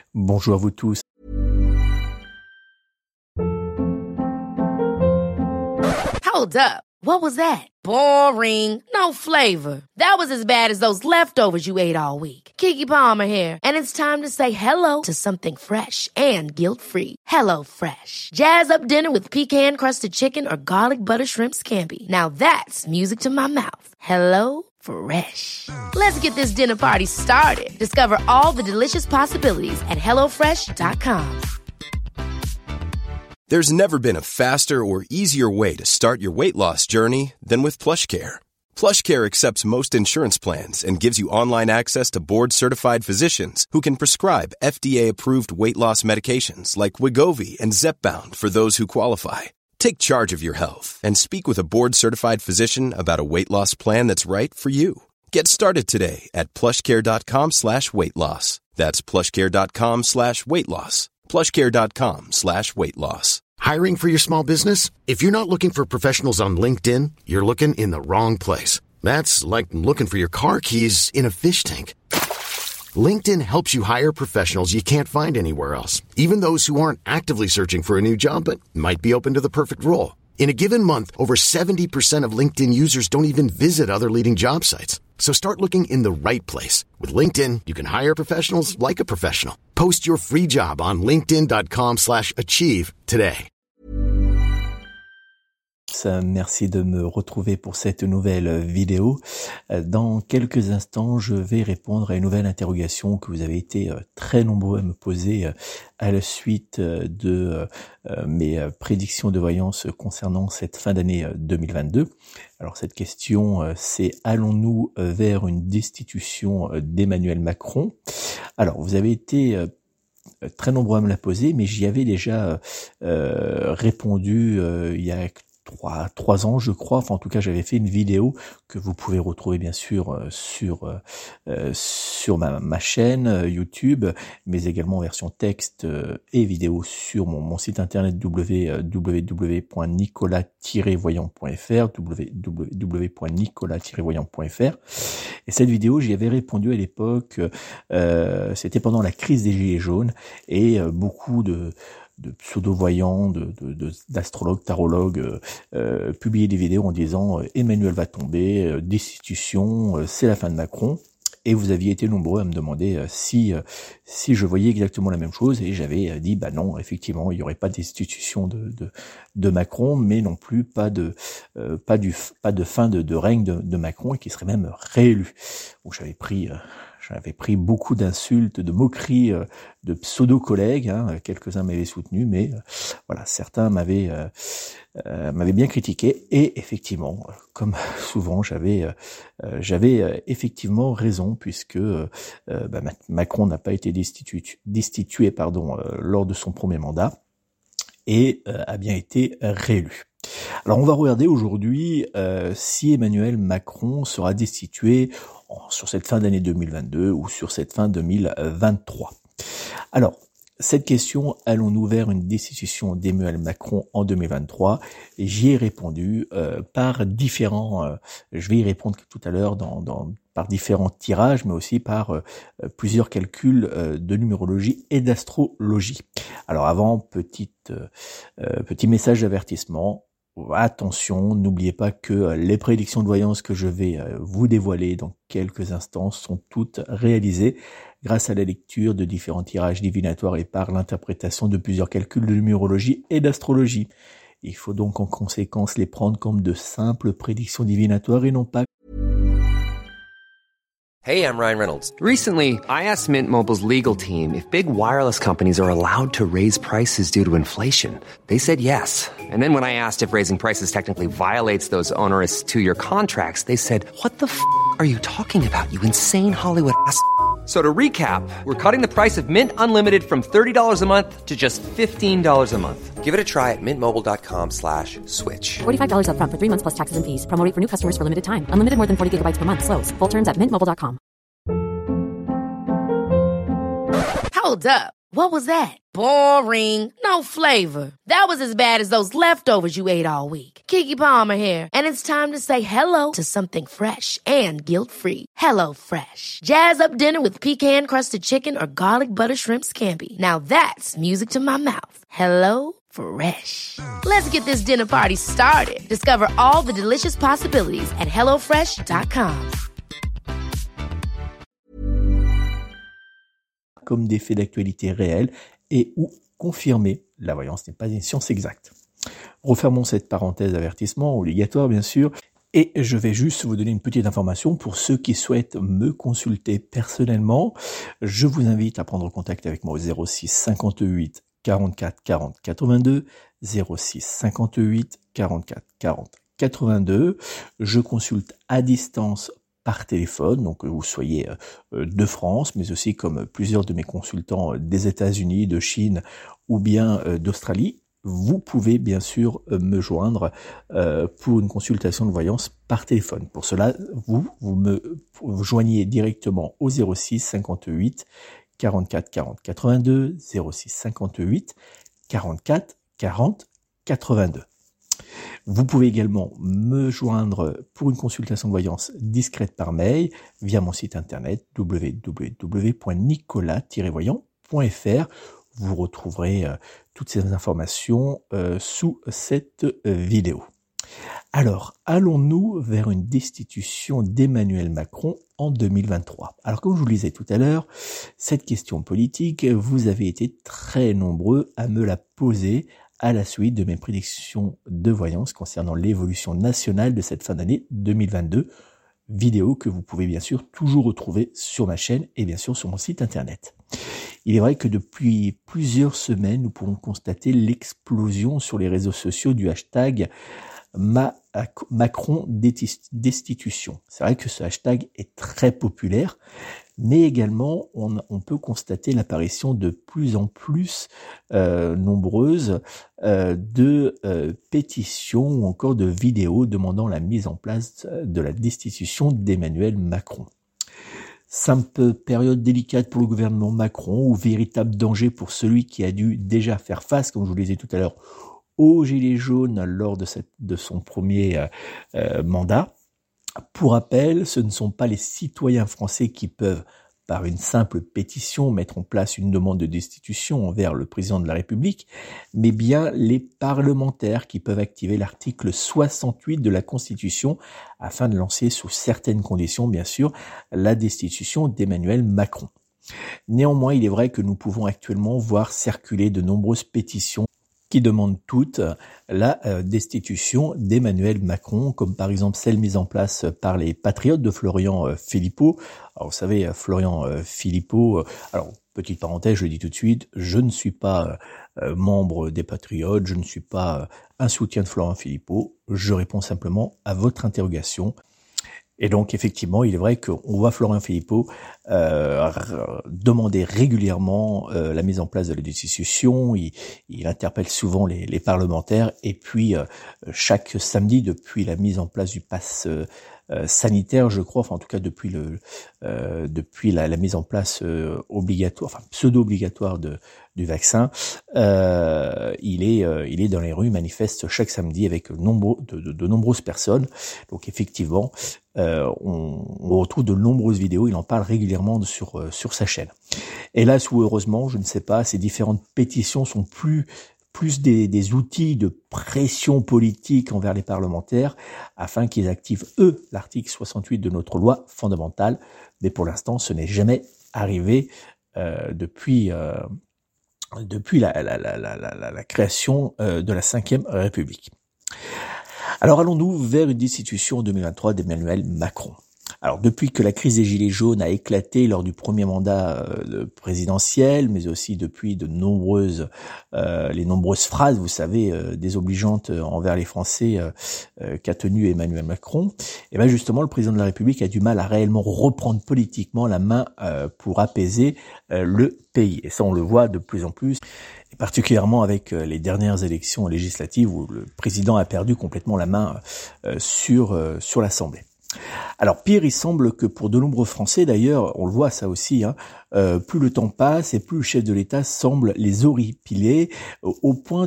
Bonjour à vous tous. Hold up. What was that? Boring. No flavor. That was as bad as those leftovers you ate all week. Keke Palmer here, and it's time to say hello to something fresh and guilt-free. Hello Fresh. Jazz up dinner with pecan-crusted chicken or garlic butter shrimp scampi. Now that's music to my mouth. Hello Fresh. Let's get this dinner party started. Discover all the delicious possibilities at hellofresh.com. There's never been a faster or easier way to start your weight loss journey than with PlushCare. PlushCare accepts most insurance plans and gives you online access to board-certified physicians who can prescribe FDA-approved weight loss medications like Wegovy and Zepbound for those who qualify. Take charge of your health and speak with a board-certified physician about a weight loss plan that's right for you. Get started today at plushcare.com/weight loss. That's plushcare.com/weight loss. plushcare.com/weight loss. Hiring for your small business? If you're not looking for professionals on LinkedIn, you're looking in the wrong place. That's like looking for your car keys in a fish tank. LinkedIn helps you hire professionals you can't find anywhere else, even those who aren't actively searching for a new job but might be open to the perfect role. In a given month, over 70% of LinkedIn users don't even visit other leading job sites. So start looking in the right place. With LinkedIn, you can hire professionals like a professional. Post your free job on linkedin.com/achieve today. Merci de me retrouver pour cette nouvelle vidéo. Dans quelques instants, je vais répondre à une nouvelle interrogation que vous avez été très nombreux à me poser à la suite de mes prédictions de voyance concernant cette fin d'année 2022. Alors cette question, c'est allons-nous vers une destitution d'Emmanuel Macron? Alors vous avez été très nombreux à me la poser, mais j'y avais déjà répondu il y a 3 ans, je crois. Enfin, en tout cas, j'avais fait une vidéo que vous pouvez retrouver bien sûr sur ma chaîne YouTube, mais également en version texte et vidéo sur mon site internet www.nicolas-voyant.fr www.nicolas-voyant.fr. Et cette vidéo, j'y avais répondu à l'époque, c'était pendant la crise des Gilets jaunes, et beaucoup de pseudo-voyants, d'astrologues, tarologues, publier des vidéos en disant Emmanuel va tomber, destitution, c'est la fin de Macron. Et vous aviez été nombreux à me demander si je voyais exactement la même chose, et j'avais dit bah non, effectivement, il y aurait pas de destitution de Macron, mais non plus pas de fin de règne de Macron, et qui serait même réélu. Donc j'avais pris beaucoup d'insultes, de moqueries de pseudo-collègues, quelques-uns m'avaient soutenu, mais voilà, certains m'avaient bien critiqué, et effectivement, comme souvent, j'avais effectivement raison, puisque Macron n'a pas été destitué lors de son premier mandat, et a bien été réélu. Alors on va regarder aujourd'hui si Emmanuel Macron sera destitué sur cette fin d'année 2022 ou sur cette fin 2023. Alors, cette question, allons-nous vers une destitution d'Emmanuel Macron en 2023? J'y ai répondu par différents, je vais y répondre tout à l'heure par différents tirages, mais aussi par plusieurs calculs de numérologie et d'astrologie. Alors avant, petit message d'avertissement. Attention, n'oubliez pas que les prédictions de voyance que je vais vous dévoiler dans quelques instants sont toutes réalisées grâce à la lecture de différents tirages divinatoires et par l'interprétation de plusieurs calculs de numérologie et d'astrologie. Il faut donc en conséquence les prendre comme de simples prédictions divinatoires et non pas. Hey, I'm Ryan Reynolds. Recently, I asked Mint Mobile's legal team if big wireless companies are allowed to raise prices due to inflation. They said yes. And then when I asked if raising prices technically violates those onerous 2-year contracts, they said, "What the f*** are you talking about, you insane Hollywood ass?" So to recap, we're cutting the price of Mint Unlimited from $30 a month to just $15 a month. Give it a try at mintmobile.com/switch. $45 up front for 3 months plus taxes and fees. Promo rate for new customers for limited time. Unlimited more than 40 gigabytes per month. Slows full terms at mintmobile.com. Hold up. What was that? Boring. No flavor. That was as bad as those leftovers you ate all week. Keke Palmer here, and it's time to say hello to something fresh and guilt-free. Hello Fresh. Jazz up dinner with pecan-crusted chicken or garlic butter shrimp scampi. Now that's music to my mouth. Hello Fresh. Let's get this dinner party started. Discover all the delicious possibilities at hellofresh.com. Comme des faits d'actualité réels et ou confirmés. La voyance n'est pas une science exacte. Refermons cette parenthèse d'avertissement, obligatoire bien sûr, et je vais juste vous donner une petite information pour ceux qui souhaitent me consulter personnellement. Je vous invite à prendre contact avec moi au 06 58 44 40 82, 06 58 44 40 82. Je consulte à distance par téléphone, donc vous soyez de France, mais aussi comme plusieurs de mes consultants des États-Unis, de Chine ou bien d'Australie, vous pouvez bien sûr me joindre pour une consultation de voyance par téléphone. Pour cela, vous me joignez directement au 06 58 44 40 82, 06 58 44 40 82. Vous pouvez également me joindre pour une consultation de voyance discrète par mail via mon site internet www.nicolas-voyant.fr. Vous retrouverez toutes ces informations sous cette vidéo. Alors, allons-nous vers une destitution d'Emmanuel Macron en 2023 ? Alors, comme je vous le disais tout à l'heure, cette question politique, vous avez été très nombreux à me la poser à la suite de mes prédictions de voyance concernant l'évolution nationale de cette fin d'année 2022, vidéo que vous pouvez bien sûr toujours retrouver sur ma chaîne et bien sûr sur mon site internet. Il est vrai que depuis plusieurs semaines, nous pouvons constater l'explosion sur les réseaux sociaux du hashtag Macron destitution. C'est vrai que ce hashtag est très populaire, mais également on peut constater l'apparition de plus en plus nombreuses de pétitions ou encore de vidéos demandant la mise en place de la destitution d'Emmanuel Macron. Simple période délicate pour le gouvernement Macron ou véritable danger pour celui qui a dû déjà faire face, comme je vous le disais tout à l'heure, aux Gilets jaunes lors de son premier mandat. Pour rappel, ce ne sont pas les citoyens français qui peuvent, par une simple pétition, mettre en place une demande de destitution envers le président de la République, mais bien les parlementaires qui peuvent activer l'article 68 de la Constitution afin de lancer sous certaines conditions, bien sûr, la destitution d'Emmanuel Macron. Néanmoins, il est vrai que nous pouvons actuellement voir circuler de nombreuses pétitions qui demandent toutes la destitution d'Emmanuel Macron, comme par exemple celle mise en place par les Patriotes de Florian Philippot. Alors vous savez, Florian Philippot, alors petite parenthèse, je le dis tout de suite, je ne suis pas membre des Patriotes, je ne suis pas un soutien de Florian Philippot, je réponds simplement à votre interrogation. Et donc effectivement, il est vrai qu'on voit Florian Philippot demander régulièrement la mise en place de la destitution. Il interpelle souvent les parlementaires et puis chaque samedi depuis la mise en place du pass sanitaire, je crois, enfin en tout cas depuis la mise en place obligatoire, enfin pseudo-obligatoire du vaccin, il est dans les rues, manifeste chaque samedi avec de nombreuses personnes. Donc effectivement, on retrouve de nombreuses vidéos, il en parle régulièrement sur sa chaîne. Hélas ou heureusement, je ne sais pas, ces différentes pétitions sont plus des outils de pression politique envers les parlementaires afin qu'ils activent, eux, l'article 68 de notre loi fondamentale. Mais pour l'instant, ce n'est jamais arrivé depuis la création de la Ve République. Alors allons-nous vers une destitution en 2023 d'Emmanuel Macron. Alors depuis que la crise des Gilets jaunes a éclaté lors du premier mandat présidentiel, mais aussi depuis les nombreuses phrases, vous savez, désobligeantes envers les Français qu'a tenu Emmanuel Macron, et bien justement le président de la République a du mal à réellement reprendre politiquement la main pour apaiser le pays. Et ça on le voit de plus en plus, et particulièrement avec les dernières élections législatives où le président a perdu complètement la main sur l'Assemblée. Alors pire, il semble que pour de nombreux Français, d'ailleurs, on le voit ça aussi, plus le temps passe et plus le chef de l'État semble les horripiler au point.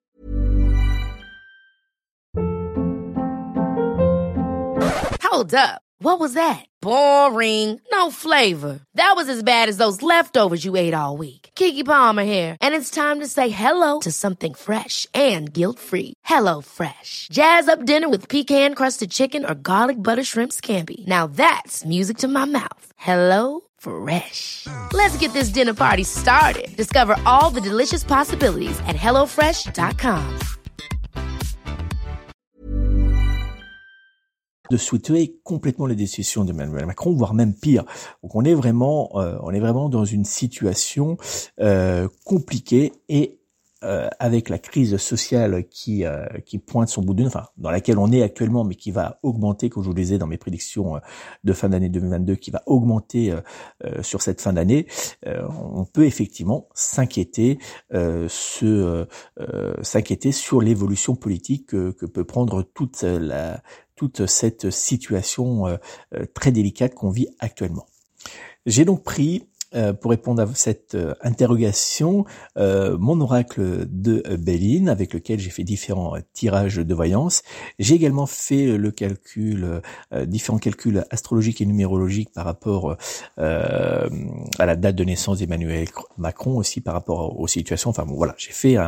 Hold up. What was that? Boring. No flavor. That was as bad as those leftovers you ate all week. Keke Palmer here, and it's time to say hello to something fresh and guilt-free. Hello Fresh. Jazz up dinner with pecan-crusted chicken or garlic butter shrimp scampi. Now that's music to my mouth. Hello Fresh. Let's get this dinner party started. Discover all the delicious possibilities at hellofresh.com. De souhaiter complètement la destitution d'Emmanuel Macron, voire même pire. Donc on est vraiment dans une situation compliquée et avec la crise sociale qui pointe son bout de nez, enfin dans laquelle on est actuellement, mais qui va augmenter, comme je vous le disais dans mes prédictions de fin d'année 2022, qui va augmenter sur cette fin d'année. On peut effectivement s'inquiéter sur l'évolution politique que peut prendre toute cette situation très délicate qu'on vit actuellement. J'ai donc pris, pour répondre à cette interrogation, mon oracle de Béline, avec lequel j'ai fait différents tirages de voyance. J'ai également fait différents calculs astrologiques et numérologiques par rapport à la date de naissance d'Emmanuel Macron, aussi par rapport aux situations. Enfin bon, voilà, j'ai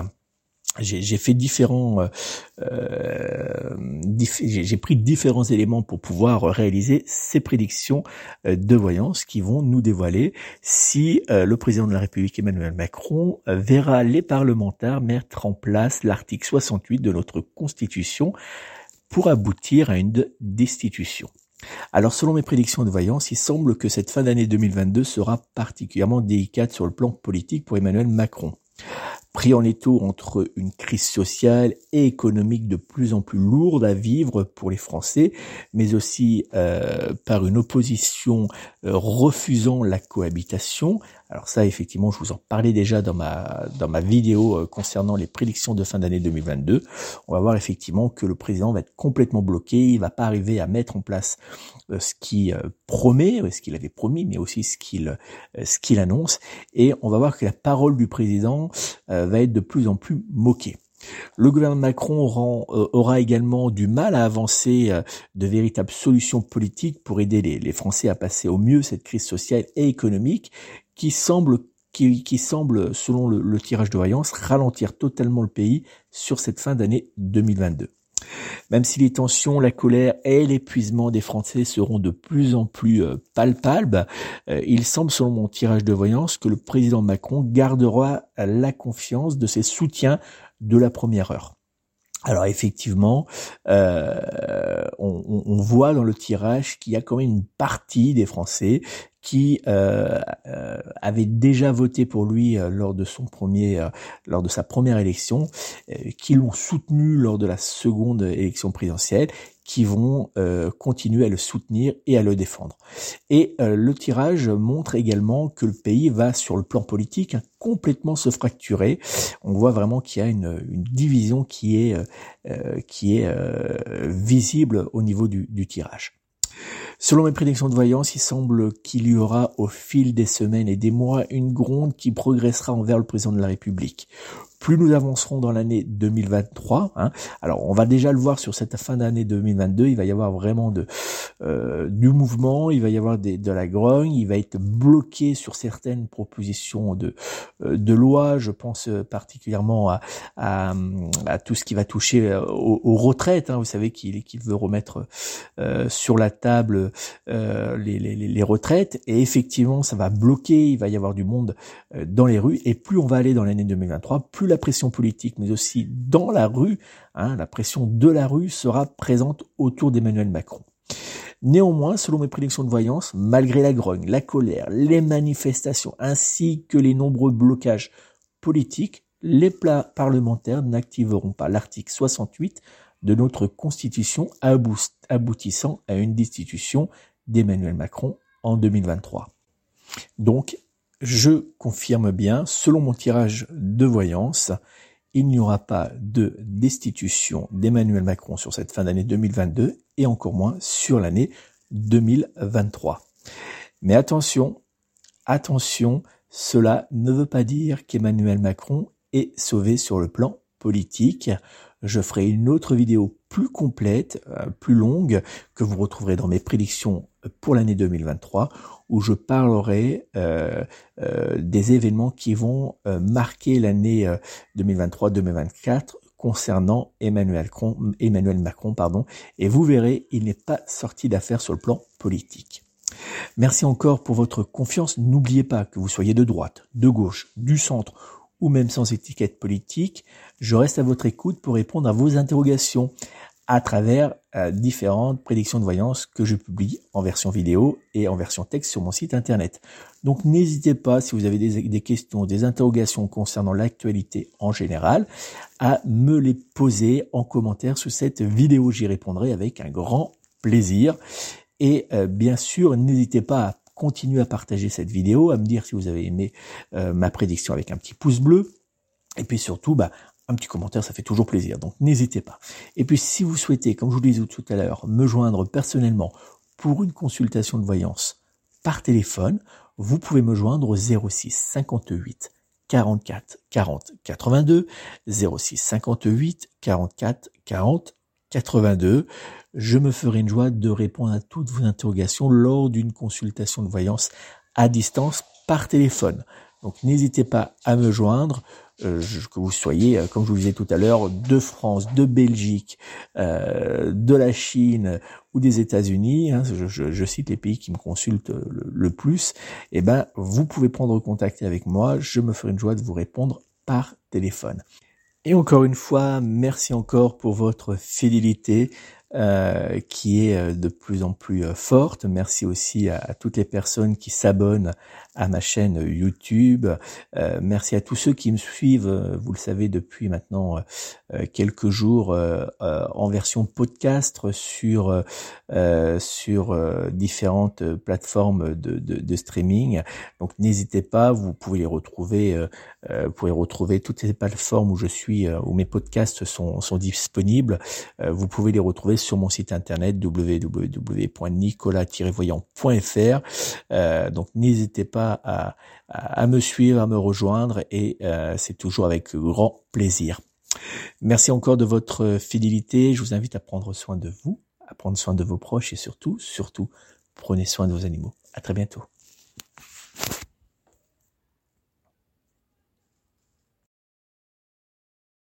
pris différents éléments pour pouvoir réaliser ces prédictions de voyance qui vont nous dévoiler si le président de la République Emmanuel Macron verra les parlementaires mettre en place l'article 68 de notre Constitution pour aboutir à une destitution. Alors selon mes prédictions de voyance, il semble que cette fin d'année 2022 sera particulièrement délicate sur le plan politique pour Emmanuel Macron. Pris en étau entre une crise sociale et économique de plus en plus lourde à vivre pour les Français, mais aussi par une opposition refusant la cohabitation. Alors ça, effectivement, je vous en parlais déjà dans ma vidéo concernant les prédictions de fin d'année 2022. On va voir effectivement que le président va être complètement bloqué. Il va pas arriver à mettre en place ce qu'il promet, ce qu'il avait promis, mais aussi ce qu'il annonce. Et on va voir que la parole du président va être de plus en plus moquée. Le gouvernement Macron aura également du mal à avancer de véritables solutions politiques pour aider les Français à passer au mieux cette crise sociale et économique qui semble, selon le tirage de voyance, ralentir totalement le pays sur cette fin d'année 2022. Même si les tensions, la colère et l'épuisement des Français seront de plus en plus palpables, il semble, selon mon tirage de voyance, que le président Macron gardera la confiance de ses soutiens de la première heure. Alors effectivement, on voit dans le tirage qu'il y a quand même une partie des Français qui avait déjà voté pour lui lors de sa première élection, qui l'ont soutenu lors de la seconde élection présidentielle, qui vont continuer à le soutenir et à le défendre. Et le tirage montre également que le pays va, sur le plan politique, complètement se fracturer. On voit vraiment qu'il y a une division qui est visible au niveau du tirage. Selon mes prédictions de voyance, il semble qu'il y aura au fil des semaines et des mois une gronde qui progressera envers le président de la République. Plus nous avancerons dans l'année 2023, alors on va déjà le voir sur cette fin d'année 2022, il va y avoir vraiment du mouvement, il va y avoir de la grogne, il va être bloqué sur certaines propositions de loi. Je pense particulièrement à tout ce qui va toucher aux retraites. Vous savez qu'il veut remettre sur la table les retraites, et effectivement ça va bloquer, il va y avoir du monde dans les rues, et plus on va aller dans l'année 2023, plus la pression politique, mais aussi dans la rue, la pression de la rue sera présente autour d'Emmanuel Macron. Néanmoins, selon mes prédictions de voyance, malgré la grogne, la colère, les manifestations, ainsi que les nombreux blocages politiques, les parlementaires n'activeront pas l'article 68 de notre Constitution aboutissant à une destitution d'Emmanuel Macron en 2023. Donc, je confirme bien, selon mon tirage de voyance, il n'y aura pas de destitution d'Emmanuel Macron sur cette fin d'année 2022 et encore moins sur l'année 2023. Mais attention, cela ne veut pas dire qu'Emmanuel Macron est sauvé sur le plan politique. Je ferai une autre vidéo plus complète, plus longue, que vous retrouverez dans mes prédictions pour l'année 2023, où je parlerai des événements qui vont marquer l'année 2023-2024 concernant Emmanuel Macron, et vous verrez, il n'est pas sorti d'affaire sur le plan politique. Merci encore pour votre confiance. N'oubliez pas que vous soyez de droite, de gauche, du centre ou même sans étiquette politique, je reste à votre écoute pour répondre à vos interrogations à travers différentes prédictions de voyance que je publie en version vidéo et en version texte sur mon site internet. Donc n'hésitez pas, si vous avez des questions, des interrogations concernant l'actualité en général, à me les poser en commentaire sous cette vidéo. J'y répondrai avec un grand plaisir. Et bien sûr, n'hésitez pas à continuer à partager cette vidéo, à me dire si vous avez aimé ma prédiction avec un petit pouce bleu. Et puis surtout, un petit commentaire, ça fait toujours plaisir. Donc n'hésitez pas. Et puis si vous souhaitez, comme je vous le disais tout à l'heure, me joindre personnellement pour une consultation de voyance par téléphone, vous pouvez me joindre au 06 58 44 40 82, 06 58 44 40 82. Je me ferai une joie de répondre à toutes vos interrogations lors d'une consultation de voyance à distance par téléphone. Donc n'hésitez pas à me joindre, que vous soyez, comme je vous disais tout à l'heure, de France, de Belgique, de la Chine ou des États-Unis. Je cite les pays qui me consultent le plus. Vous pouvez prendre contact avec moi. Je me ferai une joie de vous répondre par téléphone. Et encore une fois, merci encore pour votre fidélité qui est de plus en plus forte. Merci aussi à toutes les personnes qui s'abonnent à ma chaîne YouTube. Merci à tous ceux qui me suivent, vous le savez, depuis maintenant quelques jours en version podcast sur différentes plateformes de streaming. Donc n'hésitez pas, vous pouvez les retrouver, toutes les plateformes où je suis, où mes podcasts sont disponibles. Vous pouvez les retrouver sur mon site internet www.nicolas-voyant.fr. Donc n'hésitez pas à me suivre, à me rejoindre, et c'est toujours avec grand plaisir. Merci encore de votre fidélité. Je vous invite à prendre soin de vous, à prendre soin de vos proches, et surtout, prenez soin de vos animaux. À très bientôt.